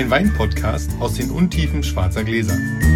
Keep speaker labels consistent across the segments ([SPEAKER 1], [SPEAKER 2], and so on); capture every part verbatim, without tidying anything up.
[SPEAKER 1] den Wein-Podcast aus den Untiefen schwarzer Gläser.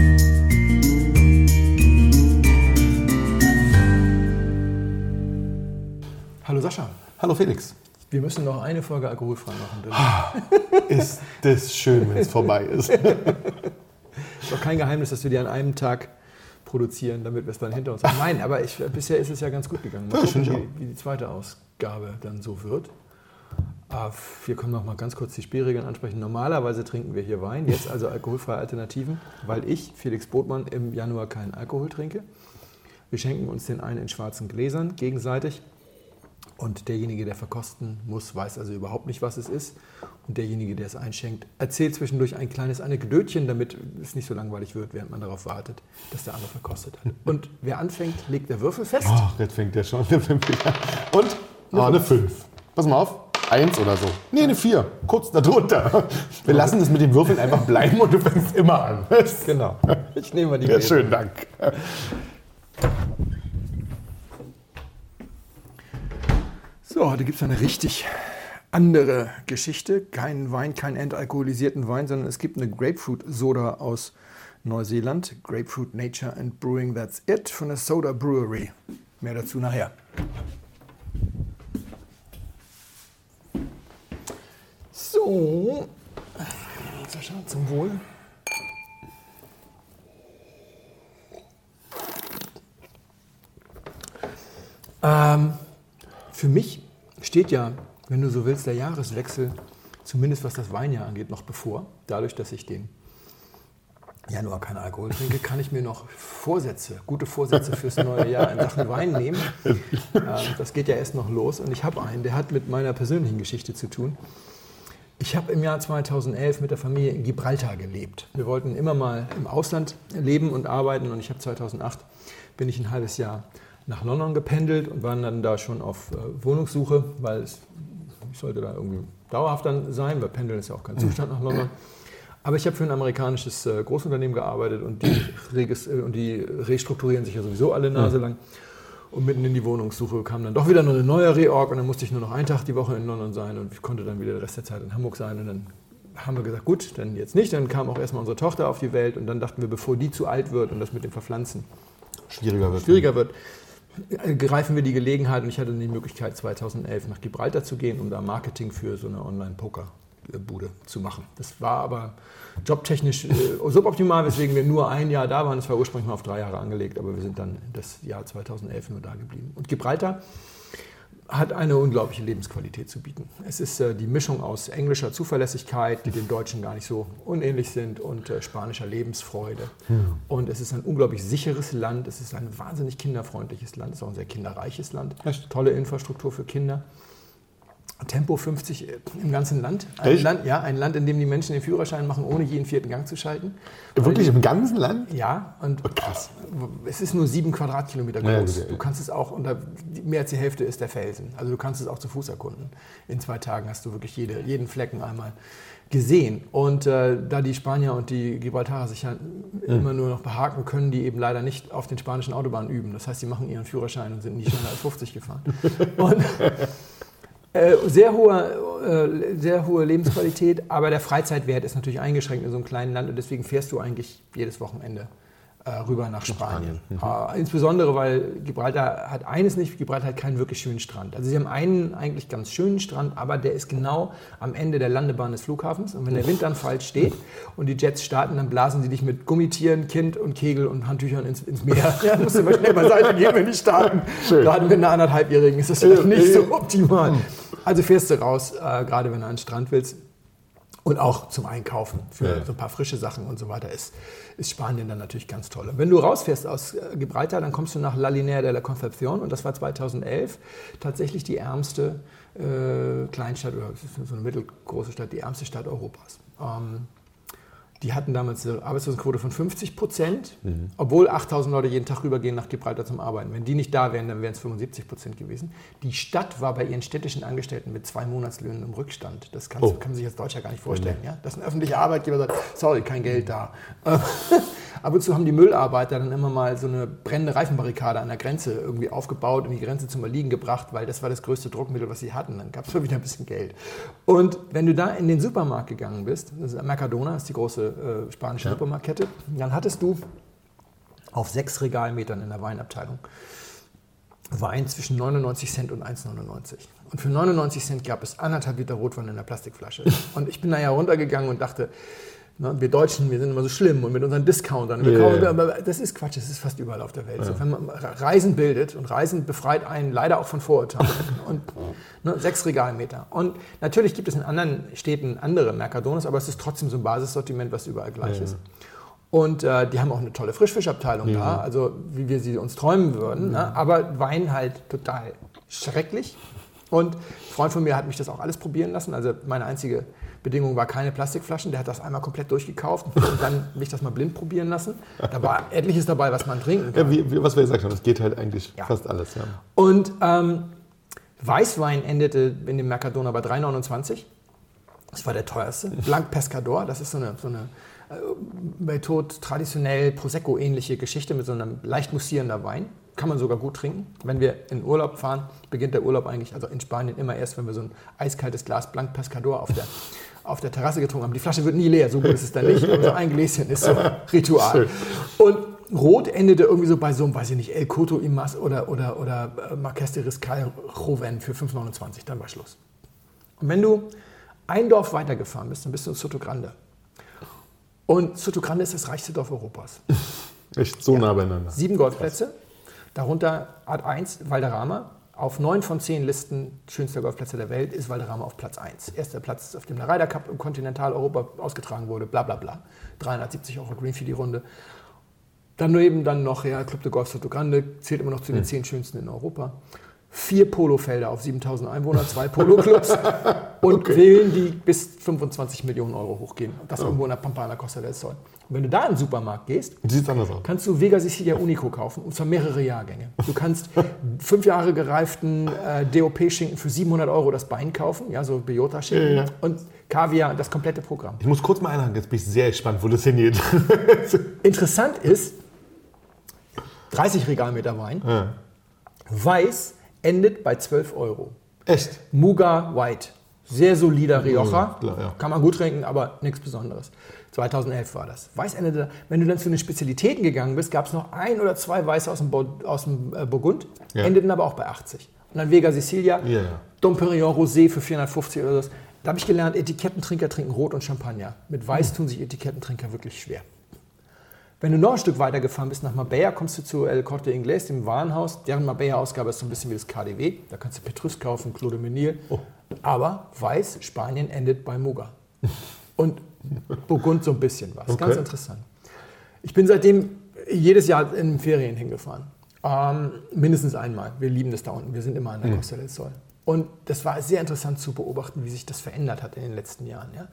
[SPEAKER 2] Hallo Sascha.
[SPEAKER 3] Hallo Felix.
[SPEAKER 2] Wir müssen noch eine Folge alkoholfrei machen.
[SPEAKER 3] Ist das schön, wenn es vorbei ist.
[SPEAKER 2] Ist doch kein Geheimnis, dass wir die an einem Tag produzieren, damit wir es dann hinter uns haben. Nein, aber ich, bisher ist es ja ganz gut gegangen. Mal
[SPEAKER 3] Ja,
[SPEAKER 2] gucken,
[SPEAKER 3] ich
[SPEAKER 2] wie, wie die zweite Ausgabe dann so wird. Aber wir können noch mal ganz kurz die Spielregeln ansprechen. Normalerweise trinken wir hier Wein, jetzt also alkoholfreie Alternativen, weil ich, Felix Botmann, im Januar keinen Alkohol trinke. Wir schenken uns den einen in schwarzen Gläsern gegenseitig. Und derjenige, der verkosten muss, weiß also überhaupt nicht, was es ist. Und derjenige, der es einschenkt, erzählt zwischendurch ein kleines Anekdötchen, damit es nicht so langweilig wird, während man darauf wartet, dass der andere verkostet hat. Und wer anfängt, legt der Würfel fest.
[SPEAKER 3] Ach, jetzt fängt der schon. Und oh, eine fünf. Pass mal auf. Eins oder so. Nee, eine vier. Kurz darunter. Wir lassen es mit den Würfeln einfach bleiben und du fängst immer an.
[SPEAKER 2] Genau. Ich nehme mal die
[SPEAKER 3] Ja,
[SPEAKER 2] Gläser.
[SPEAKER 3] schönen Dank.
[SPEAKER 2] So, heute gibt es eine richtig andere Geschichte. Kein Wein, keinen entalkoholisierten Wein, sondern es gibt eine Grapefruit-Soda aus Neuseeland. Grapefruit Nature and Brewing, that's it, von der Soda Brewery. Mehr dazu nachher. So, Sascha, zum Wohl. Ähm, für mich steht ja, wenn du so willst, der Jahreswechsel, zumindest was das Weinjahr angeht, noch bevor. Dadurch, dass ich den Januar keinen Alkohol trinke, kann ich mir noch Vorsätze, gute Vorsätze fürs neue Jahr in Sachen Wein nehmen. Ähm, das geht ja erst noch los und ich habe einen, der hat mit meiner persönlichen Geschichte zu tun. Ich habe im Jahr zweitausendelf mit der Familie in Gibraltar gelebt. Wir wollten immer mal im Ausland leben und arbeiten und ich habe zweitausendacht bin ich ein halbes Jahr nach London gependelt und waren dann da schon auf äh, Wohnungssuche, weil es, ich sollte da irgendwie dauerhaft dann sein, weil Pendeln ist ja auch kein Zustand nach London. Aber ich habe für ein amerikanisches äh, Großunternehmen gearbeitet und die, regis, äh, und die restrukturieren sich ja sowieso alle Nase lang. Und mitten in die Wohnungssuche kam dann doch wieder noch eine neue Reorg und dann musste ich nur noch einen Tag die Woche in London sein und ich konnte dann wieder den Rest der Zeit in Hamburg sein. Und dann haben wir gesagt, gut, dann jetzt nicht. Dann kam auch erstmal unsere Tochter auf die Welt und dann dachten wir, bevor die zu alt wird und das mit dem Verpflanzen
[SPEAKER 3] Schwieriger wird.
[SPEAKER 2] schwieriger wird, greifen wir die Gelegenheit und ich hatte die Möglichkeit, zweitausendelf nach Gibraltar zu gehen, um da Marketing für so eine Online-Poker-Bude zu machen. Das war aber jobtechnisch äh, suboptimal, weswegen wir nur ein Jahr da waren. Das war ursprünglich mal auf drei Jahre angelegt, aber wir sind dann das Jahr zweitausendelf nur da geblieben. Und Gibraltar hat eine unglaubliche Lebensqualität zu bieten. Es ist äh, die Mischung aus englischer Zuverlässigkeit, die den Deutschen gar nicht so unähnlich sind, und äh, spanischer Lebensfreude. Mhm. Und es ist ein unglaublich sicheres Land, es ist ein wahnsinnig kinderfreundliches Land, es ist auch ein sehr kinderreiches Land. Echt? Tolle Infrastruktur für Kinder. Tempo fünfzig im ganzen Land. Ein Land, ja, ein Land, in dem die Menschen den Führerschein machen, ohne jeden vierten Gang zu schalten.
[SPEAKER 3] Wirklich im ganzen Land?
[SPEAKER 2] Ja, und
[SPEAKER 3] oh, krass.
[SPEAKER 2] Es ist nur sieben Quadratkilometer groß.
[SPEAKER 3] Ja, ja.
[SPEAKER 2] Du kannst es auch, und mehr als die Hälfte ist der Felsen. Also du kannst es auch zu Fuß erkunden. In zwei Tagen hast du wirklich jede, jeden Flecken einmal gesehen. Und äh, da die Spanier und die Gibraltarer sich ja mhm. immer nur noch behaken können, die eben leider nicht auf den spanischen Autobahnen üben. Das heißt, sie machen ihren Führerschein und sind nie schneller als fünfzig gefahren. Und Äh, sehr, hohe, äh, sehr hohe Lebensqualität, aber der Freizeitwert ist natürlich eingeschränkt in so einem kleinen Land und deswegen fährst du eigentlich jedes Wochenende äh, rüber nach Spanien. Spanien. Mhm. Äh, insbesondere, weil Gibraltar hat eines nicht, Gibraltar hat keinen wirklich schönen Strand. Also sie haben einen eigentlich ganz schönen Strand, aber der ist genau am Ende der Landebahn des Flughafens und wenn der Wind dann falsch steht und die Jets starten, dann blasen sie dich mit Gummitieren, Kind und Kegel und Handtüchern ins, ins Meer. Ja, musst du mal schnell beiseite gehen, wenn die starten. Schön. Gerade mit einer anderthalbjährigen ist das vielleicht nicht so optimal. Also fährst du raus, äh, gerade wenn du an den Strand willst. Und auch zum Einkaufen für ja. so ein paar frische Sachen und so weiter ist, ist Spanien dann natürlich ganz toll. Und wenn du rausfährst aus Gibraltar, dann kommst du nach La Linea de la Concepción und das war zweitausendelf tatsächlich die ärmste äh, Kleinstadt oder so eine mittelgroße Stadt, die ärmste Stadt Europas. Ähm, Die hatten damals eine Arbeitslosenquote von fünfzig Prozent, mhm. obwohl achttausend Leute jeden Tag rübergehen nach Gibraltar zum Arbeiten. Wenn die nicht da wären, dann wären es fünfundsiebzig Prozent gewesen. Die Stadt war bei ihren städtischen Angestellten mit zwei Monatslöhnen im Rückstand. Das kann, oh. kann man sich als Deutscher gar nicht vorstellen. Mhm. Ja? Dass ein öffentlicher Arbeitgeber sagt, sorry, kein Geld da. Ab und zu haben die Müllarbeiter dann immer mal so eine brennende Reifenbarrikade an der Grenze irgendwie aufgebaut und die Grenze zum Erliegen gebracht, weil das war das größte Druckmittel, was sie hatten. Dann gab es mal wieder ein bisschen Geld. Und wenn du da in den Supermarkt gegangen bist, das ist Mercadona, das ist die große äh, spanische ja. Supermarktkette, dann hattest du auf sechs Regalmetern in der Weinabteilung Wein zwischen neunundneunzig Cent und eins neunundneunzig. Und für neunundneunzig Cent gab es anderthalb Liter Rotwein in der Plastikflasche. Und ich bin da ja runtergegangen und dachte, na, wir Deutschen, wir sind immer so schlimm und mit unseren Discountern. Wir yeah. kaufen, aber das ist Quatsch, das ist fast überall auf der Welt. Ja. So, wenn man Reisen bildet und Reisen befreit einen leider auch von Vorurteilen. Und ne, sechs Regalmeter. Und natürlich gibt es in anderen Städten andere Mercadonas, aber es ist trotzdem so ein Basissortiment, was überall gleich ja. ist. Und äh, die haben auch eine tolle Frischfischabteilung ja. da, also wie wir sie uns träumen würden. Ja. Ne? Aber Wein halt total schrecklich. Und ein Freund von mir hat mich das auch alles probieren lassen. Also meine einzige Bedingung war keine Plastikflaschen. Der hat das einmal komplett durchgekauft und dann mich das mal blind probieren lassen. Da war etliches dabei, was man trinken kann.
[SPEAKER 3] Ja, wie, wie, was wir gesagt haben, es geht halt eigentlich ja. fast alles. Ja.
[SPEAKER 2] Und ähm, Weißwein endete in dem Mercadona bei drei neunundzwanzig. Das war der teuerste. Blanc Pescador, das ist so eine... So eine Methode, traditionell Prosecco-ähnliche Geschichte mit so einem leicht mussierender Wein. Kann man sogar gut trinken. Wenn wir in Urlaub fahren, beginnt der Urlaub eigentlich, also in Spanien immer erst, wenn wir so ein eiskaltes Glas Blanc Pescador auf der, auf der Terrasse getrunken haben. Die Flasche wird nie leer, so gut ist es dann nicht, aber so ein Gläschen ist so Ritual. Und Rot endete irgendwie so bei so einem, weiß ich nicht, El Coto Imas oder, oder, oder Marqués de Riscal Joven für fünf neunundzwanzig, dann war Schluss. Und wenn du ein Dorf weitergefahren bist, dann bist du in Soto Grande. Und Soto Grande ist das reichste Dorf Europas.
[SPEAKER 3] Echt so ja. nah beieinander.
[SPEAKER 2] Sieben Golfplätze, darunter Art eins, Valderrama. Auf neun von zehn Listen schönster Golfplätze der Welt ist Valderrama auf Platz eins. Erster Platz, auf dem der Ryder Cup im Kontinentaleuropa ausgetragen wurde, bla bla bla. dreihundertsiebzig Euro Green für die Runde. Daneben dann noch ja, Club de Golf Soto Grande, zählt immer noch zu den zehn schönsten in Europa. Vier Polofelder auf siebentausend Einwohner, zwei Polo-Clubs und okay. Villen, die bis fünfundzwanzig Millionen Euro hochgehen. Das oh. irgendwo in der Pampa, in der Costa del Sol. Und wenn du da in den Supermarkt gehst, kannst du Vega Sicilia Unico kaufen, und zwar mehrere Jahrgänge. Du kannst fünf Jahre gereiften äh, D O P-Schinken für siebenhundert Euro das Bein kaufen, ja, so Biota-Schinken ja, ja. und Kaviar, das komplette Programm.
[SPEAKER 3] Ich muss kurz mal einhaken, jetzt bin ich sehr gespannt, wo das hingeht.
[SPEAKER 2] Interessant ist, dreißig Regalmeter Wein, ja. weiß, endet bei zwölf Euro.
[SPEAKER 3] Echt?
[SPEAKER 2] Muga White. Sehr solider Rioja.
[SPEAKER 3] Ja, klar, ja.
[SPEAKER 2] Kann man gut trinken, aber nichts Besonderes. zweitausendelf war das. Weiß endete, wenn du dann zu den Spezialitäten gegangen bist, gab es noch ein oder zwei Weiße aus dem, Bo- aus dem äh, Burgund, ja. endeten aber auch bei achtzig. Und dann Vega Sicilia, ja, ja. Dom Perignon Rosé für vierhundertfünfzig oder so. Da habe ich gelernt, Etikettentrinker trinken Rot und Champagner. Mit Weiß mhm. tun sich Etikettentrinker wirklich schwer. Wenn du noch ein Stück weiter gefahren bist nach Marbella, kommst du zu El Corte Inglés, dem Warenhaus. Deren Marbella-Ausgabe ist so ein bisschen wie das K D W. Da kannst du Petrus kaufen, Clos de Menil. Oh. Aber Weiß, Spanien endet bei Muga. Und Burgund so ein bisschen was. Okay. Ganz interessant. Ich bin seitdem jedes Jahr in Ferien hingefahren. Ähm, mindestens einmal. Wir lieben das da unten. Wir sind immer an der mhm. Costa del Sol. Und das war sehr interessant zu beobachten, wie sich das verändert hat in den letzten Jahren. Ja?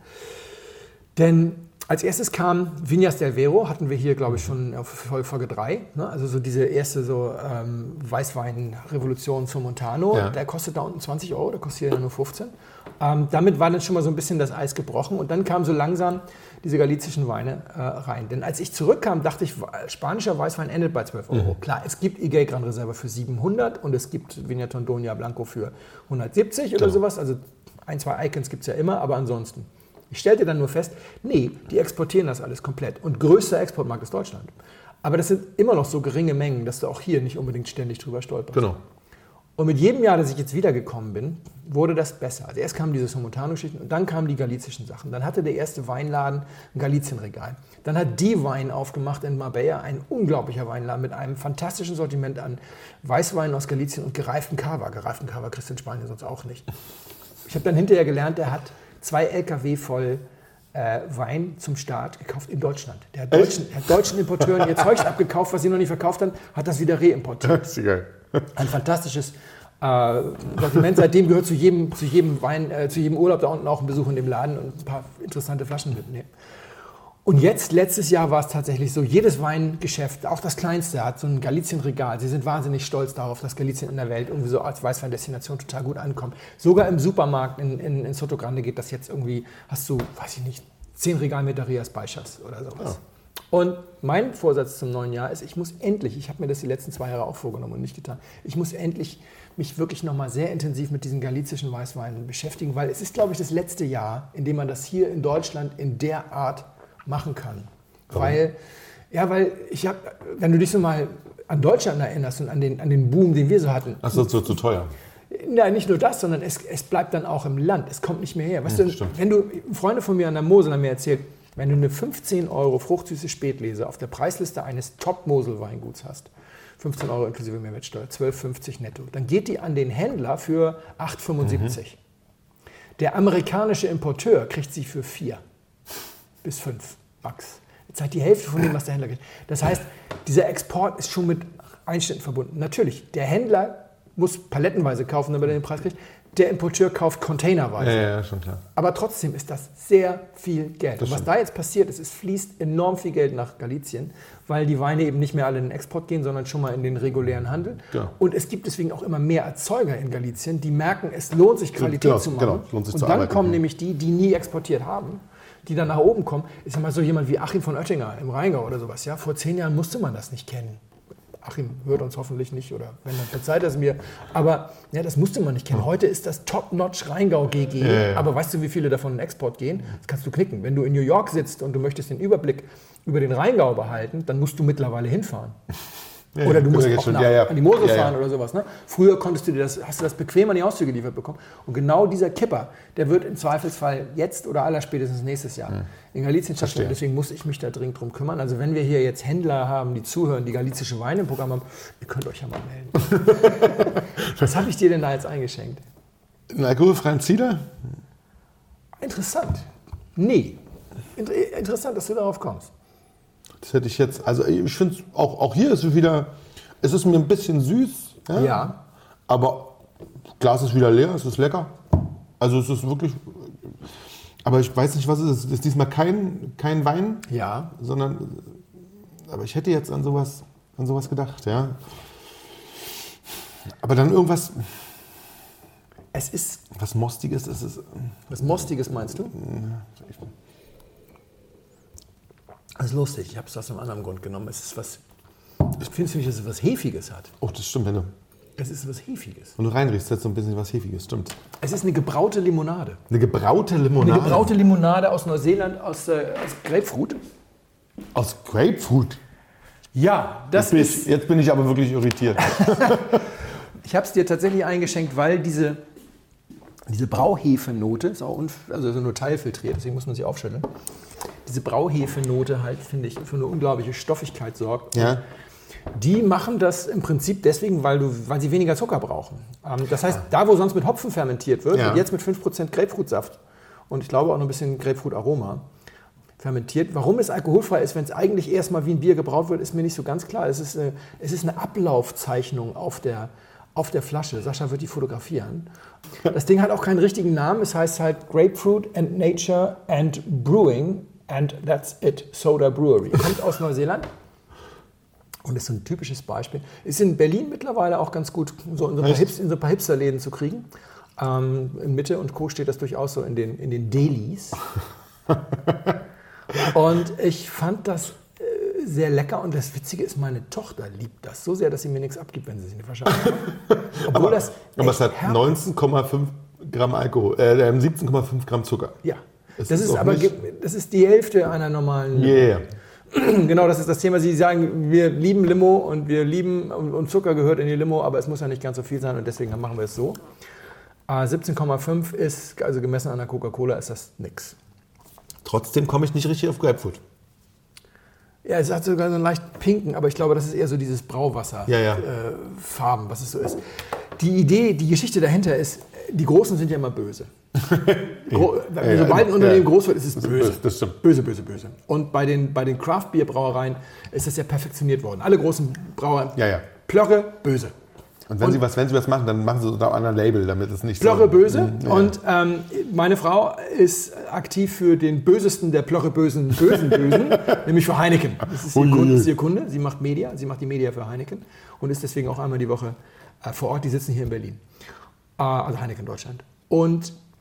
[SPEAKER 2] Denn als erstes kam Viñas del Vero, hatten wir hier, glaube ich, schon auf Folge drei. Ne? Also so diese erste so, ähm, Weißwein-Revolution zum Montano. Ja. Der kostet da unten zwanzig Euro, der kostet hier ja nur fünfzehn. Ähm, damit war dann schon mal so ein bisschen das Eis gebrochen. Und dann kamen so langsam diese galizischen Weine äh, rein. Denn als ich zurückkam, dachte ich, spanischer Weißwein endet bei zwölf Euro. Mhm. Klar, es gibt Iguey Gran Reserva für siebenhundert und es gibt Viña Tondonia Blanco für hundertsiebzig oder genau. sowas. Also ein, zwei Icons gibt es ja immer, aber ansonsten. Ich stellte dann nur fest, nee, die exportieren das alles komplett. Und größter Exportmarkt ist Deutschland. Aber das sind immer noch so geringe Mengen, dass du auch hier nicht unbedingt ständig drüber stolperst.
[SPEAKER 3] Genau.
[SPEAKER 2] Und mit jedem Jahr, dass ich jetzt wiedergekommen bin, wurde das besser. Also erst kamen diese Somontano-Geschichten und dann kamen die galizischen Sachen. Dann hatte der erste Weinladen ein Galizien-Regal. Dann hat die Wein aufgemacht in Marbella, ein unglaublicher Weinladen mit einem fantastischen Sortiment an Weißweinen aus Galizien und gereiften Cava. Gereiften Cava kriegst du in Spanien sonst auch nicht. Ich habe dann hinterher gelernt, der hat zwei L K W voll äh, Wein zum Start gekauft in Deutschland. Der hat deutschen, hat deutschen Importeuren ihr Zeugs abgekauft, was sie noch nicht verkauft haben, hat das wieder reimportiert.
[SPEAKER 3] Das ist geil.
[SPEAKER 2] Ein fantastisches äh, Sortiment. Seitdem gehört zu jedem, zu jedem Wein, äh, zu jedem Urlaub da unten auch ein Besuch in dem Laden und ein paar interessante Flaschen mitnehmen. Und jetzt, letztes Jahr war es tatsächlich so, jedes Weingeschäft, auch das kleinste, hat so ein Galizien-Regal. Sie sind wahnsinnig stolz darauf, dass Galizien in der Welt irgendwie so als Weißweindestination total gut ankommt. Sogar im Supermarkt in, in, in Soto Grande geht das jetzt irgendwie, hast du, weiß ich nicht, zehn Regalmeter Rias Baixas oder sowas. Und mein Vorsatz zum neuen Jahr ist, ich muss endlich, ich habe mir das die letzten zwei Jahre auch vorgenommen und nicht getan, ich muss endlich mich wirklich nochmal sehr intensiv mit diesen galizischen Weißweinen beschäftigen, weil es ist, glaube ich, das letzte Jahr, in dem man das hier in Deutschland in der Art machen kann.
[SPEAKER 3] Warum?
[SPEAKER 2] Weil, ja, weil ich habe, wenn du dich so mal an Deutschland erinnerst und an den, an den Boom, den wir so hatten.
[SPEAKER 3] Ach so, zu, zu teuer.
[SPEAKER 2] Ja, nicht nur das, sondern es, es bleibt dann auch im Land. Es kommt nicht mehr her. Weißt
[SPEAKER 3] Ja,
[SPEAKER 2] du,
[SPEAKER 3] stimmt.
[SPEAKER 2] wenn du, Freunde von mir an der Mosel haben mir erzählt, wenn du eine fünfzehn Euro fruchtsüße Spätlese auf der Preisliste eines Top-Mosel-Weinguts hast, fünfzehn Euro inklusive Mehrwertsteuer, zwölf fünfzig netto, dann geht die an den Händler für acht fünfundsiebzig. Mhm. Der amerikanische Importeur kriegt sie für vier bis fünf Max. Jetzt halt die Hälfte von dem, was der Händler kriegt. Das heißt, dieser Export ist schon mit Einschnitten verbunden. Natürlich, der Händler muss palettenweise kaufen, damit er den Preis kriegt. Der Importeur kauft containerweise.
[SPEAKER 3] Ja, ja, schon klar.
[SPEAKER 2] Aber trotzdem ist das sehr viel Geld. Und was da jetzt passiert ist, es fließt enorm viel Geld nach Galizien, weil die Weine eben nicht mehr alle in den Export gehen, sondern schon mal in den regulären Handel.
[SPEAKER 3] Genau.
[SPEAKER 2] Und es gibt deswegen auch immer mehr Erzeuger in Galizien, die merken, es lohnt sich, Qualität
[SPEAKER 3] Genau,
[SPEAKER 2] zu machen.
[SPEAKER 3] genau, lohnt sich
[SPEAKER 2] und
[SPEAKER 3] zu
[SPEAKER 2] dann
[SPEAKER 3] arbeiten.
[SPEAKER 2] kommen nämlich die, die nie exportiert haben, die dann nach oben kommen. Ich sag mal so jemand wie Achim von Oettinger im Rheingau oder sowas. Ja? Vor zehn Jahren musste man das nicht kennen. Achim hört uns hoffentlich nicht oder wenn, dann verzeiht er es mir. Aber ja, das musste man nicht kennen. Heute ist das Top-Notch Rheingau G G.
[SPEAKER 3] Ja, ja.
[SPEAKER 2] Aber weißt du, wie viele davon in Export gehen? Das kannst du knicken. Wenn du in New York sitzt und du möchtest den Überblick über den Rheingau behalten, dann musst du mittlerweile hinfahren.
[SPEAKER 3] Ja,
[SPEAKER 2] Oder du
[SPEAKER 3] ja,
[SPEAKER 2] musst
[SPEAKER 3] ja,
[SPEAKER 2] auch
[SPEAKER 3] schon.
[SPEAKER 2] nach,
[SPEAKER 3] Ja, ja.
[SPEAKER 2] an die Mosel
[SPEAKER 3] Ja, ja.
[SPEAKER 2] fahren oder sowas. Ne? Früher konntest du dir das, hast du das bequem an die Haustür geliefert bekommen. Und genau dieser Kipper, der wird im Zweifelsfall jetzt oder allerspätestens nächstes Jahr
[SPEAKER 3] Ja.
[SPEAKER 2] in Galizien stattfinden.
[SPEAKER 3] Verstehe.
[SPEAKER 2] Deswegen muss ich mich da dringend drum kümmern. Also wenn wir hier jetzt Händler haben, die zuhören, die galizische Weine im Programm haben, ihr könnt euch ja mal melden. Was habe ich dir denn da jetzt eingeschenkt?
[SPEAKER 3] Einen alkoholfreien Cider?
[SPEAKER 2] Interessant. Nee. Inter interessant, dass du darauf kommst.
[SPEAKER 3] Das hätte ich jetzt, also ich finde auch, auch hier ist es wieder, es ist mir ein bisschen süß. Ja.
[SPEAKER 2] Ja.
[SPEAKER 3] Aber Glas ist wieder leer, es ist lecker. Also es ist wirklich, aber ich weiß nicht, was es ist. Es ist diesmal kein, kein Wein,
[SPEAKER 2] Ja.
[SPEAKER 3] sondern, aber ich hätte jetzt an sowas, an sowas gedacht, ja. Aber dann irgendwas,
[SPEAKER 2] Es ist
[SPEAKER 3] was Mostiges, es ist,
[SPEAKER 2] was Mostiges, meinst du? Das ist lustig. Ich habe es aus einem anderen Grund genommen. Es ist was, ich finde nämlich, dass es was Hefiges hat.
[SPEAKER 3] oh, das stimmt, wenn du,
[SPEAKER 2] Es ist was Hefiges.
[SPEAKER 3] wenn du reinriechst, hat so ein bisschen was Hefiges, stimmt.
[SPEAKER 2] Es ist eine gebraute Limonade.
[SPEAKER 3] Eine gebraute Limonade.
[SPEAKER 2] Eine gebraute Limonade aus Neuseeland, aus, äh, aus Grapefruit.
[SPEAKER 3] Aus Grapefruit.
[SPEAKER 2] Ja, das
[SPEAKER 3] Jetzt bin,
[SPEAKER 2] ist...
[SPEAKER 3] ich, jetzt bin ich aber wirklich irritiert.
[SPEAKER 2] Ich habe es dir tatsächlich eingeschenkt, weil diese, diese Brauhefenote, ist auch unf- also nur teilfiltriert, deswegen muss man sie aufschütteln. Diese Brauhefenote halt, finde ich, für eine unglaubliche Stoffigkeit sorgt.
[SPEAKER 3] Ja.
[SPEAKER 2] Die machen das im Prinzip deswegen, weil, du, weil sie weniger Zucker brauchen. Ähm, das heißt, da wo sonst mit Hopfen fermentiert wird,
[SPEAKER 3] Ja.
[SPEAKER 2] wird jetzt mit fünf Prozent Grapefruitsaft und ich glaube auch noch ein bisschen Grapefruit-Aroma fermentiert. Warum es alkoholfrei ist, wenn es eigentlich erstmal wie ein Bier gebraut wird, ist mir nicht so ganz klar. Es ist eine, es ist eine Ablaufzeichnung auf der, auf der Flasche. Sascha wird die fotografieren. Das Ding hat auch keinen richtigen Namen. Es heißt halt Grapefruit and Nature and Brewing and that's it. Soda Brewery. Kommt aus Neuseeland. Und ist so ein typisches Beispiel. Ist in Berlin mittlerweile auch ganz gut so in so ein paar,
[SPEAKER 3] Echt?
[SPEAKER 2] Hips, in so ein paar Hipsterläden zu kriegen. Ähm, in Mitte und Co. steht das durchaus so in den, in den Delis. Und ich fand das äh, sehr lecker. Und das Witzige ist, meine Tochter liebt das so sehr, dass sie mir nichts abgibt, wenn sie sich eine Flasche abmacht. Obwohl
[SPEAKER 3] Aber,
[SPEAKER 2] das
[SPEAKER 3] aber es
[SPEAKER 2] echt
[SPEAKER 3] hat
[SPEAKER 2] herb-
[SPEAKER 3] neunzehn Komma fünf Gramm Alkohol, äh, siebzehn Komma fünf Gramm Zucker.
[SPEAKER 2] Ja,
[SPEAKER 3] Es
[SPEAKER 2] das
[SPEAKER 3] ist
[SPEAKER 2] ist
[SPEAKER 3] auch
[SPEAKER 2] aber
[SPEAKER 3] nicht-
[SPEAKER 2] ge- das ist die Hälfte einer normalen.
[SPEAKER 3] Yeah.
[SPEAKER 2] Genau, das ist das Thema. Sie sagen, wir lieben Limo und wir lieben und und Zucker gehört in die Limo, aber es muss ja nicht ganz so viel sein und deswegen machen wir es so. Äh, siebzehn Komma fünf ist, also gemessen an der Coca-Cola, ist das nix.
[SPEAKER 3] Trotzdem komme ich nicht richtig auf Grapefruit.
[SPEAKER 2] Ja, es hat sogar so einen leicht pinken, aber ich glaube, das ist eher so dieses Brauwasser-Farben,
[SPEAKER 3] Ja, ja.
[SPEAKER 2] äh, Farben, was es so ist. Die Idee, die Geschichte dahinter ist, die Großen sind ja immer böse. Gro
[SPEAKER 3] Ja, ja,
[SPEAKER 2] Sobald ein
[SPEAKER 3] ja.
[SPEAKER 2] Unternehmen groß wird, ist es
[SPEAKER 3] Das ist
[SPEAKER 2] böse.
[SPEAKER 3] böse, das stimmt.
[SPEAKER 2] Böse, böse, böse. Und bei den, bei den Craft-Bier-Brauereien ist das ja perfektioniert worden. Alle großen Brauereien,
[SPEAKER 3] Ja, ja.
[SPEAKER 2] Plörre, böse.
[SPEAKER 3] Und wenn,
[SPEAKER 2] Und-
[SPEAKER 3] Sie was, wenn Sie was machen, dann machen Sie unter einem anderen Label, damit es nicht
[SPEAKER 2] Plörre
[SPEAKER 3] so...
[SPEAKER 2] böse.
[SPEAKER 3] Mhm, ja.
[SPEAKER 2] Und ähm, meine Frau ist aktiv für den bösesten der Plörre bösen, bösen, bösen, nämlich für Heineken. Das ist ihr,
[SPEAKER 3] Ui,
[SPEAKER 2] Kunde,
[SPEAKER 3] ui.
[SPEAKER 2] ist ihr Kunde. Sie macht Media, sie macht die Media für Heineken und ist deswegen auch einmal die Woche äh, vor Ort. Die sitzen hier in Berlin. Äh, also Heineken Deutschland. Und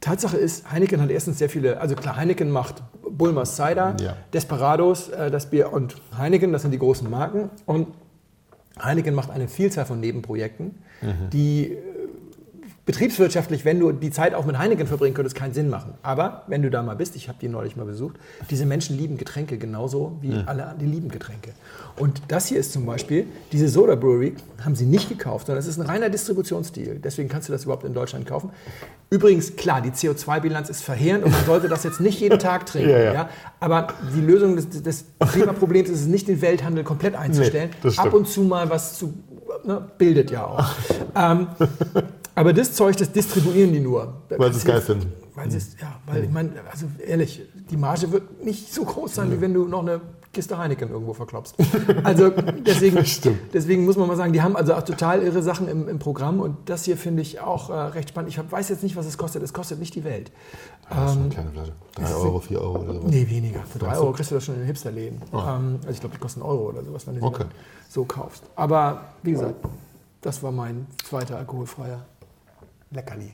[SPEAKER 2] Tatsache ist, Heineken hat erstens sehr viele, also klar, Heineken macht Bulmers Cider,
[SPEAKER 3] Ja.
[SPEAKER 2] Desperados, äh, das Bier und Heineken, das sind die großen Marken. Und Heineken macht eine Vielzahl von Nebenprojekten, mhm. die äh, betriebswirtschaftlich, wenn du die Zeit auch mit Heineken verbringen könntest, keinen Sinn machen. Aber wenn du da mal bist, ich habe die neulich mal besucht, diese Menschen lieben Getränke genauso wie mhm. alle, die lieben Getränke. Und das hier ist zum Beispiel, diese Soda Brewery haben sie nicht gekauft, sondern es ist ein reiner Distributionsdeal. Deswegen kannst du das überhaupt in Deutschland kaufen. Übrigens, klar, die C O zwei Bilanz ist verheerend und man sollte das jetzt nicht jeden Tag trinken. ja, ja. Ja? Aber die Lösung des, des Klimaproblems ist es nicht, den Welthandel komplett einzustellen. Nee, ab und zu mal was zu, ne, bildet ja auch. ähm, aber das Zeug, das distribuieren die nur.
[SPEAKER 3] Weil sie es geil finden.
[SPEAKER 2] Weil sie es, ja, weil ich meine, also ehrlich, die Marge wird nicht so groß sein, wie wenn du noch eine Kiste Heineken irgendwo verklopst. Also deswegen, deswegen muss man mal sagen, die haben also auch total irre Sachen im, im Programm und das hier finde ich auch äh, recht spannend. Ich hab, weiß jetzt nicht, was es kostet. Es kostet nicht die Welt.
[SPEAKER 3] Ja, ähm, kleine Flasche. drei Euro, vier Euro oder sowas?
[SPEAKER 2] Nee, weniger. Für drei Euro kriegst du das schon in den Hipsterläden. Oh. Ähm, also ich glaube, die kosten einen Euro oder sowas, wenn du sie
[SPEAKER 3] okay.
[SPEAKER 2] so kaufst. Aber wie gesagt, das war mein zweiter alkoholfreier Leckerli.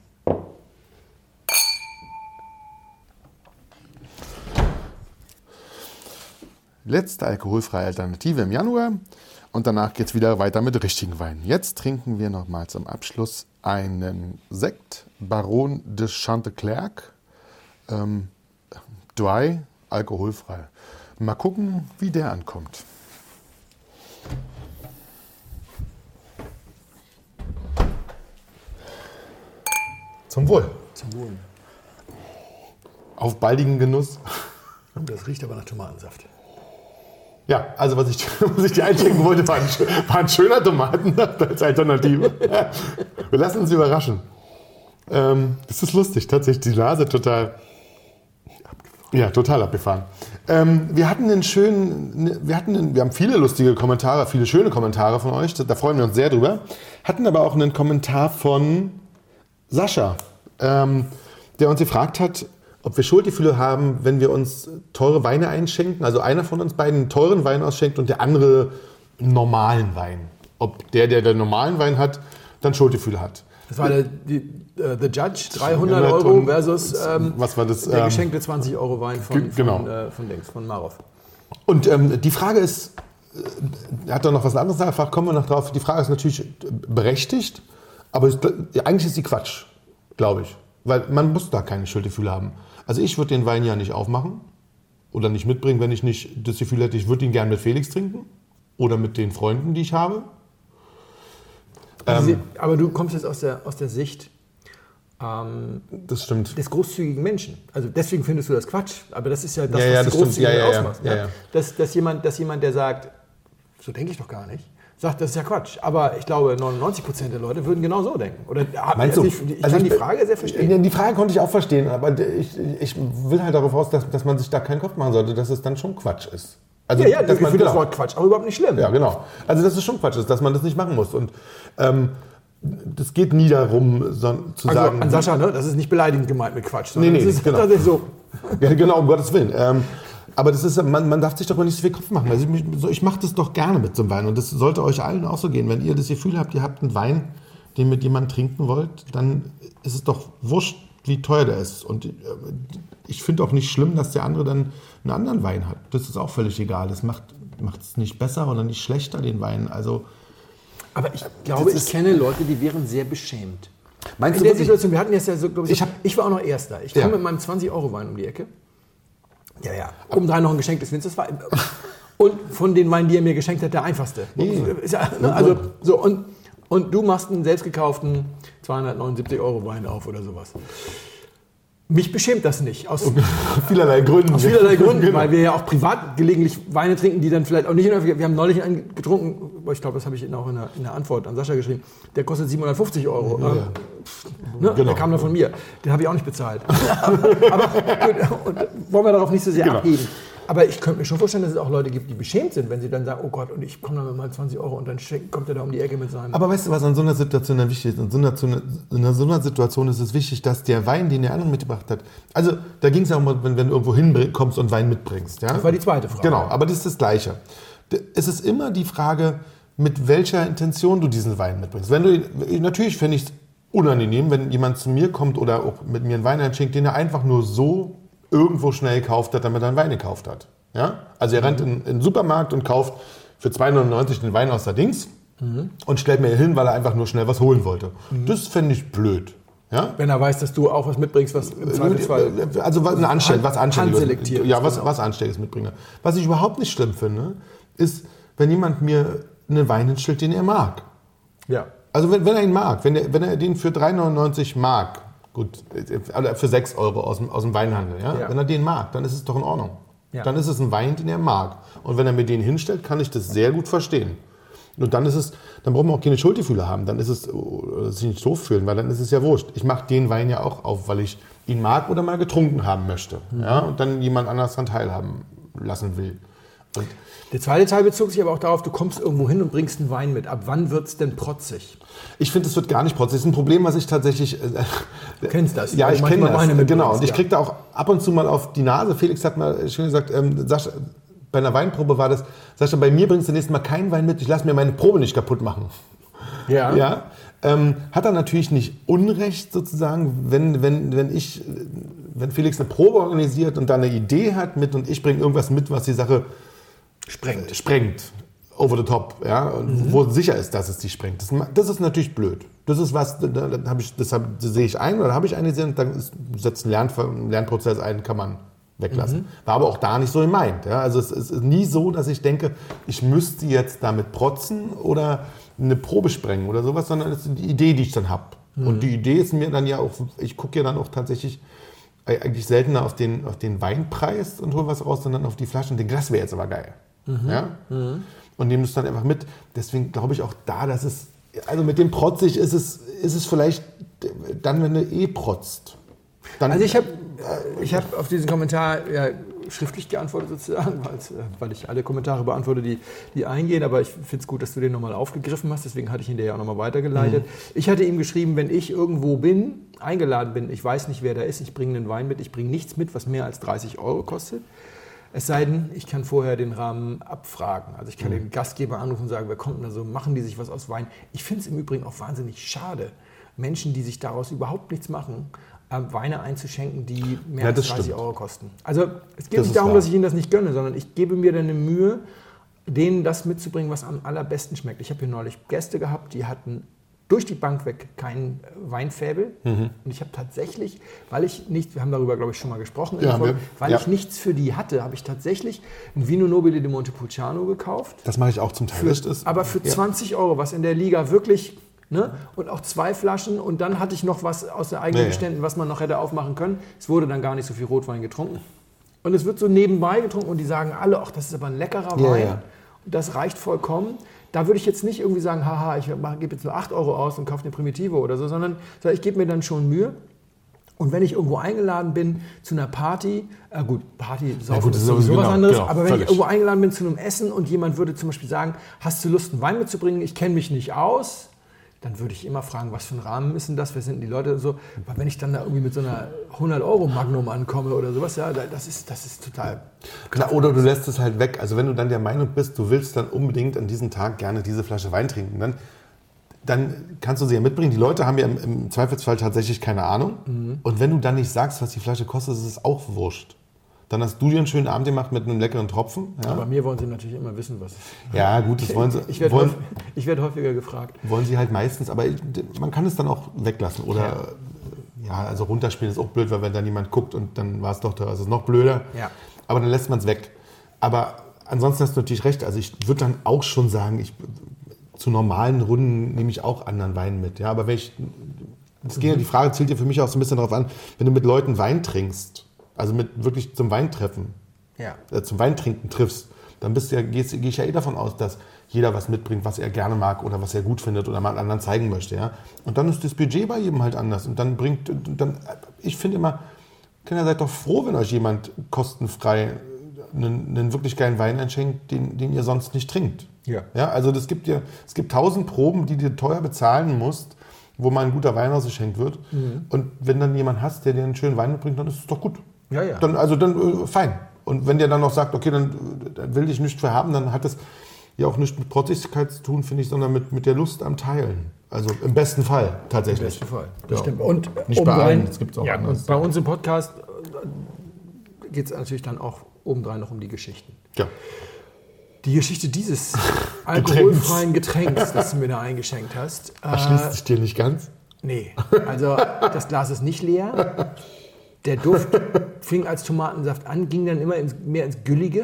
[SPEAKER 3] Letzte alkoholfreie Alternative im Januar und danach geht es wieder weiter mit richtigen Weinen. Jetzt trinken wir nochmal zum Abschluss einen Sekt, Baron de Chanteclerc, ähm, Dry, alkoholfrei. Mal gucken, wie der ankommt. Zum Wohl.
[SPEAKER 2] Zum Wohl.
[SPEAKER 3] Auf baldigen Genuss.
[SPEAKER 2] Das riecht aber nach Tomatensaft.
[SPEAKER 3] Ja, also was ich, was ich dir einschenken wollte, war ein, war ein schöner Tomatensaft als Alternative. Wir lassen uns überraschen. Ähm, das ist lustig, tatsächlich die Nase total, ja, total abgefahren. Ähm, wir hatten einen schönen, wir hatten, einen, wir haben viele lustige Kommentare, viele schöne Kommentare von euch, da freuen wir uns sehr drüber. Hatten aber auch einen Kommentar von Sascha, ähm, der uns gefragt hat, ob wir Schuldgefühle haben, wenn wir uns teure Weine einschenken. Also einer von uns beiden einen teuren Wein ausschenkt und der andere einen normalen Wein. Ob der, der den normalen Wein hat, dann Schuldgefühle hat.
[SPEAKER 2] Das war der die, uh, The Judge, dreihundert Euro versus ähm,
[SPEAKER 3] was war das,
[SPEAKER 2] der
[SPEAKER 3] ähm,
[SPEAKER 2] geschenkte zwanzig Euro Wein von,
[SPEAKER 3] genau.
[SPEAKER 2] von, äh, von, Dings, von Marov.
[SPEAKER 3] Und ähm, die Frage ist, er hat da noch was anderes nachgefragt, kommen wir noch drauf. Die Frage ist natürlich berechtigt, aber es, eigentlich ist sie Quatsch, glaube ich. Weil man muss da keine Schuldgefühle haben. Also ich würde den Wein ja nicht aufmachen oder nicht mitbringen, wenn ich nicht das Gefühl hätte, ich würde ihn gerne mit Felix trinken oder mit den Freunden, die ich habe.
[SPEAKER 2] Also ähm, Sie, aber du kommst jetzt aus der, aus der Sicht ähm,
[SPEAKER 3] das stimmt.
[SPEAKER 2] des großzügigen Menschen. Also deswegen findest du das Quatsch. Aber das ist ja das,
[SPEAKER 3] ja, ja,
[SPEAKER 2] was
[SPEAKER 3] das
[SPEAKER 2] die Großzügigkeit
[SPEAKER 3] ja, ja,
[SPEAKER 2] ausmacht.
[SPEAKER 3] Ja,
[SPEAKER 2] ja,
[SPEAKER 3] ja.
[SPEAKER 2] Dass, dass, jemand, dass jemand, der sagt, so denke ich doch gar nicht, sagt, das ist ja Quatsch. Aber ich glaube, neunundneunzig Prozent der Leute würden genau so denken. Oder,
[SPEAKER 3] Meinst
[SPEAKER 2] also
[SPEAKER 3] du?
[SPEAKER 2] Ich, ich
[SPEAKER 3] also
[SPEAKER 2] kann
[SPEAKER 3] ich,
[SPEAKER 2] die Frage sehr verstehen.
[SPEAKER 3] Die Frage konnte ich auch verstehen, aber ich, ich will halt darauf raus, dass, dass man sich da keinen Kopf machen sollte, dass es dann schon Quatsch ist. Also,
[SPEAKER 2] ja, ja,
[SPEAKER 3] dass
[SPEAKER 2] ich
[SPEAKER 3] man,
[SPEAKER 2] finde
[SPEAKER 3] genau.
[SPEAKER 2] das Wort Quatsch auch überhaupt nicht schlimm.
[SPEAKER 3] Ja, genau. Also dass es schon Quatsch ist, dass man das nicht machen muss. Und ähm, das geht nie darum, so, zu
[SPEAKER 2] also
[SPEAKER 3] sagen...
[SPEAKER 2] an Sascha, ne? Das ist nicht beleidigend gemeint mit Quatsch.
[SPEAKER 3] Nee, nee,
[SPEAKER 2] das ist
[SPEAKER 3] genau.
[SPEAKER 2] tatsächlich so.
[SPEAKER 3] Ja, genau, um Gottes Willen. Ähm, aber das ist, man, man darf sich darüber nicht so viel Kopf machen. Also ich, ich mache das doch gerne mit so einem Wein. Und das sollte euch allen auch so gehen. Wenn ihr das Gefühl habt, ihr habt einen Wein, den mit jemandem trinken wollt, dann ist es doch wurscht, wie teuer der ist. Und äh, ich finde auch nicht schlimm, dass der andere dann einen anderen Wein hat. Das ist auch völlig egal. Das macht es nicht besser oder nicht schlechter, den Wein. Also,
[SPEAKER 2] aber ich glaube, ich kenne Leute, die wären sehr beschämt.
[SPEAKER 3] Meinst
[SPEAKER 2] in
[SPEAKER 3] du
[SPEAKER 2] der Situation, wir hatten jetzt ja so, glaube ich,
[SPEAKER 3] ich, hab,
[SPEAKER 2] ich war auch noch Erster. Ich kam
[SPEAKER 3] ja.
[SPEAKER 2] mit meinem zwanzig Euro Wein um die Ecke. Ja, ja. Obendrein noch ein Geschenk des Winzers war. Und von den Weinen, die er mir geschenkt hat, der einfachste.
[SPEAKER 3] Nee.
[SPEAKER 2] Ja, ne, also, so, und, und du machst einen selbstgekauften zweihundertneunundsiebzig Euro Wein auf oder sowas. Mich beschämt das nicht. Aus
[SPEAKER 3] vielerlei Gründen.
[SPEAKER 2] Aus vielerlei Gründen,
[SPEAKER 3] genau.
[SPEAKER 2] Weil wir ja auch privat gelegentlich Weine trinken, die dann vielleicht auch nicht in der... Wir haben neulich einen getrunken, ich glaube, das habe ich auch in der, in der Antwort an Sascha geschrieben, der kostet siebenhundertfünfzig Euro.
[SPEAKER 3] Ja.
[SPEAKER 2] Ähm, ne?
[SPEAKER 3] Genau.
[SPEAKER 2] Der kam dann von mir. Den habe ich auch nicht bezahlt. Aber gut, und wollen wir darauf nicht so sehr
[SPEAKER 3] genau.
[SPEAKER 2] abheben. Aber ich könnte mir schon vorstellen, dass es auch Leute gibt, die beschämt sind, wenn sie dann sagen, oh Gott, und ich komme dann mit mal zwanzig Euro und dann kommt er da um die Ecke mit seinem...
[SPEAKER 3] Aber weißt du, was an so einer Situation dann wichtig ist? In so einer, in so einer Situation ist es wichtig, dass der Wein, den der andere mitgebracht hat, also da ging es ja auch mal, wenn, wenn du irgendwo hinkommst und Wein mitbringst. Ja?
[SPEAKER 2] Das war die zweite Frage.
[SPEAKER 3] Genau, aber das ist das Gleiche. Es ist immer die Frage, mit welcher Intention du diesen Wein mitbringst. Wenn du, natürlich finde ich es unangenehm, wenn jemand zu mir kommt oder auch mit mir einen Wein einschenkt, den er einfach nur so irgendwo schnell gekauft hat, damit er einen Wein gekauft hat. Ja? Also er rennt in, in den Supermarkt und kauft für zwei neunundneunzig den Wein aus der Dings mhm. und stellt mir hin, weil er einfach nur schnell was holen wollte. Mhm. Das fände ich blöd. Ja?
[SPEAKER 2] Wenn er weiß, dass du auch was mitbringst, was im Zweifelsfall...
[SPEAKER 3] Also was, Anstell- was Anständiges. Ja, was,
[SPEAKER 2] genau.
[SPEAKER 3] was Anständiges mitbringe. Was ich überhaupt nicht schlimm finde, ist, wenn jemand mir einen Wein hinstellt, den er mag.
[SPEAKER 2] Ja.
[SPEAKER 3] Also wenn, wenn er ihn mag, wenn er, wenn er den für drei neunundneunzig mag, gut, oder für sechs Euro aus dem, aus dem Weinhandel, ja? Ja. Wenn er den mag, dann ist es doch in Ordnung. Ja. Dann ist es ein Wein, den er mag. Und wenn er mir den hinstellt, kann ich das sehr gut verstehen. Und dann ist es, dann braucht man auch keine Schuldgefühle haben. Dann ist es, oder sich nicht doof fühlen, weil dann ist es ja wurscht. Ich mache den Wein ja auch auf, weil ich ihn mag oder mal getrunken haben möchte. Mhm. Ja? Und dann jemand anders daran teilhaben lassen will. Und
[SPEAKER 2] der zweite Teil bezog sich aber auch darauf, du kommst irgendwo hin und bringst einen Wein mit. Ab wann wird es denn protzig?
[SPEAKER 3] Ich finde, es wird gar nicht protzig. Das ist ein Problem, was ich tatsächlich... Äh,
[SPEAKER 2] du kennst das.
[SPEAKER 3] Ja, ich kenne das.
[SPEAKER 2] Weine
[SPEAKER 3] genau. Und ich
[SPEAKER 2] ja.
[SPEAKER 3] kriege da auch ab und zu mal auf die Nase. Felix hat mal schön gesagt, ähm, Sascha, bei einer Weinprobe war das, Sascha, bei mir bringst du nächstes Mal keinen Wein mit, ich lasse mir meine Probe nicht kaputt machen.
[SPEAKER 2] Ja.
[SPEAKER 3] ja? Ähm, hat er natürlich nicht Unrecht sozusagen, wenn, wenn, wenn ich, wenn Felix eine Probe organisiert und da eine Idee hat mit und ich bringe irgendwas mit, was die Sache sprengt. sprengt. Over the top, ja, mhm. wo sicher ist, dass es die sprengt. Das, das ist natürlich blöd. Das ist was, da, da habe ich, das, hab, das sehe ich ein oder habe ich eingesehen, dann ist, setzt ein, Lern, ein Lernprozess ein, kann man weglassen. Mhm. War aber auch da nicht so gemeint. Ja. Also es, es ist nie so, dass ich denke, ich müsste jetzt damit protzen oder eine Probe sprengen oder sowas, sondern es ist die Idee, die ich dann habe. Mhm. Und die Idee ist mir dann ja auch, ich gucke ja dann auch tatsächlich eigentlich seltener auf den, auf den Weinpreis und hole was raus, sondern auf die Flaschen. Den Glas wäre jetzt aber geil. Mhm. Ja? Mhm. Und nehmen es dann einfach mit. Deswegen glaube ich auch da, dass es, also mit dem protzig ist es, ist es vielleicht dann, wenn du eh protzt. Dann,
[SPEAKER 2] also ich habe ich hab auf diesen Kommentar ja, schriftlich geantwortet sozusagen, weil ich alle Kommentare beantworte, die, die eingehen. Aber ich finde es gut, dass du den nochmal aufgegriffen hast. Deswegen hatte ich ihn dir ja auch nochmal weitergeleitet. Mhm. Ich hatte ihm geschrieben, wenn ich irgendwo bin, eingeladen bin, ich weiß nicht, wer da ist, ich bringe einen Wein mit, ich bringe nichts mit, was mehr als dreißig Euro kostet. Es sei denn, ich kann vorher den Rahmen abfragen. Also ich kann mhm. den Gastgeber anrufen und sagen, wer kommt denn da so, machen die sich was aus Wein? Ich finde es im Übrigen auch wahnsinnig schade, Menschen, die sich daraus überhaupt nichts machen, äh, Weine einzuschenken, die mehr
[SPEAKER 3] ja,
[SPEAKER 2] als dreißig
[SPEAKER 3] stimmt.
[SPEAKER 2] Euro kosten. Also es geht
[SPEAKER 3] das
[SPEAKER 2] nicht darum,
[SPEAKER 3] wahr.
[SPEAKER 2] dass ich ihnen das nicht gönne, sondern ich gebe mir dann eine Mühe, denen das mitzubringen, was am allerbesten schmeckt. Ich habe hier neulich Gäste gehabt, die hatten durch die Bank weg kein Weinfaible. Mhm. Und ich habe tatsächlich, weil ich nicht, wir haben darüber, glaube ich, schon mal gesprochen,
[SPEAKER 3] ja,
[SPEAKER 2] Folge,
[SPEAKER 3] wir,
[SPEAKER 2] weil
[SPEAKER 3] ja.
[SPEAKER 2] ich nichts für die hatte, habe ich tatsächlich ein Vino Nobile de Montepulciano gekauft.
[SPEAKER 3] Das mache ich auch zum Teil.
[SPEAKER 2] Für, ist, aber für ja. zwanzig Euro, was in der Liga wirklich, ne? Und auch zwei Flaschen. Und dann hatte ich noch was aus den eigenen
[SPEAKER 3] ja,
[SPEAKER 2] Beständen, ja. was man noch hätte aufmachen können. Es wurde dann gar nicht so viel Rotwein getrunken. Und es wird so nebenbei getrunken und die sagen alle, ach, das ist aber ein leckerer
[SPEAKER 3] ja,
[SPEAKER 2] Wein.
[SPEAKER 3] Ja.
[SPEAKER 2] Und das reicht vollkommen. Da würde ich jetzt nicht irgendwie sagen, haha, ich gebe jetzt nur acht Euro aus und kaufe eine Primitive oder so, sondern ich gebe mir dann schon Mühe. Und wenn ich irgendwo eingeladen bin zu einer Party, äh gut, Party saufen ja, gut, ist sowieso genau, was anderes, genau, aber wenn völlig. ich irgendwo eingeladen bin zu einem Essen und jemand würde zum Beispiel sagen, hast du Lust, einen Wein mitzubringen, ich kenne mich nicht aus, dann würde ich immer fragen, was für ein Rahmen ist denn das, wer sind denn die Leute so. Aber wenn ich dann da irgendwie mit so einer hundert Euro Magnum ankomme oder sowas, ja, das ist, das ist total...
[SPEAKER 3] Klar, oder du lässt es halt weg. Also wenn du dann der Meinung bist, du willst dann unbedingt an diesem Tag gerne diese Flasche Wein trinken, dann, dann kannst du sie ja mitbringen. Die Leute haben ja im, im Zweifelsfall tatsächlich keine Ahnung. Mhm. Und wenn du dann nicht sagst, was die Flasche kostet, ist es auch wurscht. Dann hast du dir einen schönen Abend gemacht mit einem leckeren Tropfen. Ja.
[SPEAKER 2] Aber mir wollen sie natürlich immer wissen, was...
[SPEAKER 3] Ja gut, das wollen sie...
[SPEAKER 2] Ich werde
[SPEAKER 3] wollen,
[SPEAKER 2] häufig, ich werd häufiger gefragt.
[SPEAKER 3] Wollen sie halt meistens, aber man kann es dann auch weglassen. Oder ja, ja also runterspielen ist auch blöd, weil wenn dann jemand guckt und dann war es doch da, also ist es noch blöder.
[SPEAKER 2] Ja.
[SPEAKER 3] Aber dann lässt man es weg. Aber ansonsten hast du natürlich recht. Also ich würde dann auch schon sagen, ich, zu normalen Runden nehme ich auch anderen Wein mit. Ja, aber wenn ich... Das mhm. geht, die Frage zielt ja für mich auch so ein bisschen darauf an, wenn du mit Leuten Wein trinkst, also mit wirklich zum Weintreffen,
[SPEAKER 2] ja.
[SPEAKER 3] äh, zum Weintrinken triffst, dann bist du ja, gehe ich ja eh davon aus, dass jeder was mitbringt, was er gerne mag oder was er gut findet oder mal anderen zeigen möchte. Ja? Und dann ist das Budget bei jedem halt anders. Und dann bringt, dann, ich finde immer, Kinder, seid doch froh, wenn euch jemand kostenfrei einen, einen wirklich geilen Wein einschenkt, den, den ihr sonst nicht trinkt.
[SPEAKER 2] Ja.
[SPEAKER 3] Ja, also das gibt ja, es gibt tausend Proben, die du teuer bezahlen musst, wo mal ein guter Wein ausgeschenkt wird. Mhm. Und wenn dann jemand hast, der dir einen schönen Wein mitbringt, dann ist es doch gut.
[SPEAKER 2] Ja, ja.
[SPEAKER 3] Dann, also dann äh, fein. Und wenn der dann noch sagt, okay, dann, dann will ich nichts für haben, dann hat das ja auch nichts mit Protzigkeit zu tun, finde ich, sondern mit, mit der Lust am Teilen. Also im besten Fall tatsächlich.
[SPEAKER 2] Im besten Fall, das
[SPEAKER 3] Ja.
[SPEAKER 2] stimmt. Und
[SPEAKER 3] Nicht bei allen, das gibt's auch
[SPEAKER 2] ja,
[SPEAKER 3] anders.
[SPEAKER 2] und bei uns im Podcast geht es natürlich dann auch obendrein noch um die Geschichten.
[SPEAKER 3] Ja.
[SPEAKER 2] Die Geschichte dieses alkoholfreien Getränks, das du mir da eingeschenkt hast.
[SPEAKER 3] Erschließt
[SPEAKER 2] Äh,
[SPEAKER 3] sich dir nicht ganz?
[SPEAKER 2] nee, also das Glas ist nicht leer. Der Duft fing als Tomatensaft an, ging dann immer ins, mehr ins Güllige.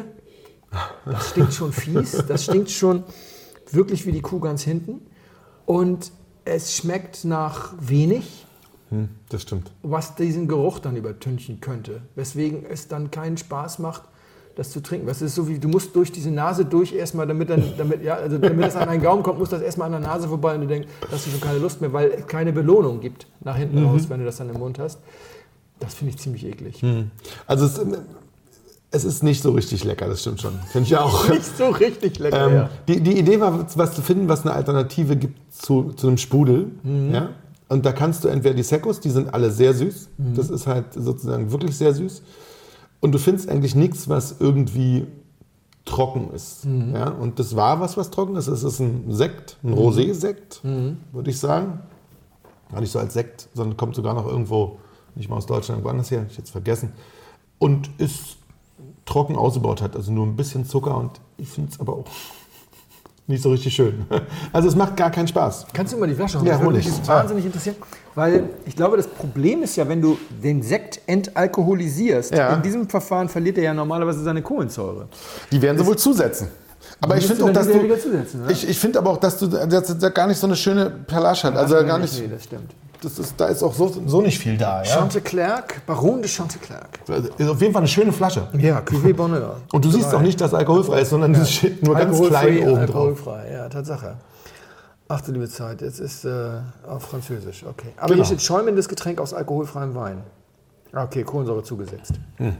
[SPEAKER 2] Das stinkt schon fies, das stinkt schon wirklich wie die Kuh ganz hinten. Und es schmeckt nach wenig,
[SPEAKER 3] Hm, das stimmt.
[SPEAKER 2] was diesen Geruch dann übertünchen könnte. Weswegen es dann keinen Spaß macht, das zu trinken. Das ist so wie, du musst durch diese Nase durch erstmal, damit dann, damit, ja, also damit es an deinen Gaumen kommt, muss das erstmal an der Nase vorbei und du denkst, da hast du schon keine Lust mehr, weil es keine Belohnung gibt nach hinten raus, wenn du das dann im Mund hast. Das finde ich ziemlich eklig.
[SPEAKER 3] Hm. Also es, es ist nicht so richtig lecker, das stimmt schon. Finde ich auch.
[SPEAKER 2] Nicht so richtig lecker,
[SPEAKER 3] Ähm,
[SPEAKER 2] ja.
[SPEAKER 3] die, die Idee war, was zu finden, was eine Alternative gibt zu, zu einem Sprudel.
[SPEAKER 2] Mhm.
[SPEAKER 3] Ja? Und da kannst du entweder die Seccos, die sind alle sehr süß.
[SPEAKER 2] Mhm.
[SPEAKER 3] Das ist halt sozusagen wirklich sehr süß. Und du findest eigentlich nichts, was irgendwie trocken ist.
[SPEAKER 2] Mhm.
[SPEAKER 3] Ja? Und das war was, was trocken ist. Es ist ein Sekt, ein Rosé-Sekt, würde ich sagen. Gar nicht so als Sekt, sondern kommt sogar noch irgendwo, nicht mal aus Deutschland, woanders her, ich jetzt vergessen. Und ist trocken ausgebaut hat, also nur ein bisschen Zucker und ich finde es aber auch nicht so richtig schön. Also es macht gar keinen Spaß.
[SPEAKER 2] Kannst du mal die Flasche holen?
[SPEAKER 3] Ja,
[SPEAKER 2] Das würde
[SPEAKER 3] hol
[SPEAKER 2] mich
[SPEAKER 3] ich.
[SPEAKER 2] jetzt wahnsinnig interessieren, weil ich glaube, das Problem ist ja, wenn du den Sekt entalkoholisierst,
[SPEAKER 3] Ja.
[SPEAKER 2] in diesem Verfahren verliert er ja normalerweise seine Kohlensäure.
[SPEAKER 3] Die werden sie wohl zusetzen. Aber ich
[SPEAKER 2] musst
[SPEAKER 3] finde
[SPEAKER 2] du
[SPEAKER 3] auch,
[SPEAKER 2] dann
[SPEAKER 3] dass
[SPEAKER 2] wieder
[SPEAKER 3] du,
[SPEAKER 2] wieder zusetzen, ne?
[SPEAKER 3] ich, ich finde aber auch, dass du dass da gar nicht so eine schöne Perlage hat. Also gar nicht,
[SPEAKER 2] Nee, das stimmt.
[SPEAKER 3] das ist, da ist auch so, so nicht viel da. Ja?
[SPEAKER 2] Chanteclerc, Baron de Chanteclerc.
[SPEAKER 3] Ist auf jeden Fall eine schöne Flasche.
[SPEAKER 2] Ja, Cuvée Bonheur.
[SPEAKER 3] Und du siehst auch nicht, dass alkoholfrei ist, sondern es steht nur ganz klein oben drauf.
[SPEAKER 2] Alkoholfrei, ja, Tatsache. Ach du liebe Zeit, jetzt ist äh, auf Französisch, okay. Aber
[SPEAKER 3] Genau.
[SPEAKER 2] hier steht schäumendes Getränk aus alkoholfreiem Wein. Ah, okay, Kohlensäure zugesetzt.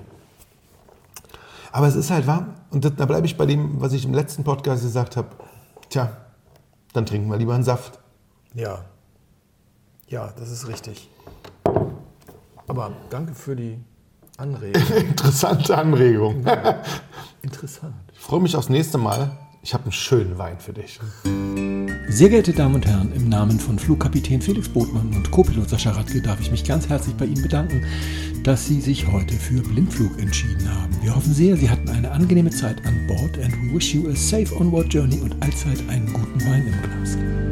[SPEAKER 3] Aber es ist halt warm. Und das, da bleibe ich bei dem, was ich im letzten Podcast gesagt habe. Tja, dann trinken wir lieber einen Saft.
[SPEAKER 2] Ja. Ja, das ist richtig. Aber danke für die Anregung.
[SPEAKER 3] Interessante Anregung.
[SPEAKER 2] Interessant.
[SPEAKER 3] Ich freue mich aufs nächste Mal. Ich habe einen schönen Wein für dich.
[SPEAKER 4] Sehr geehrte Damen und Herren, im Namen von Flugkapitän Felix Botmann und Co-Pilot Sascha Radke darf ich mich ganz herzlich bei Ihnen bedanken, dass Sie sich heute für Blindflug entschieden haben. Wir hoffen sehr, Sie hatten eine angenehme Zeit an Bord and we wish you a safe onward journey und allzeit einen guten Wein im Glas.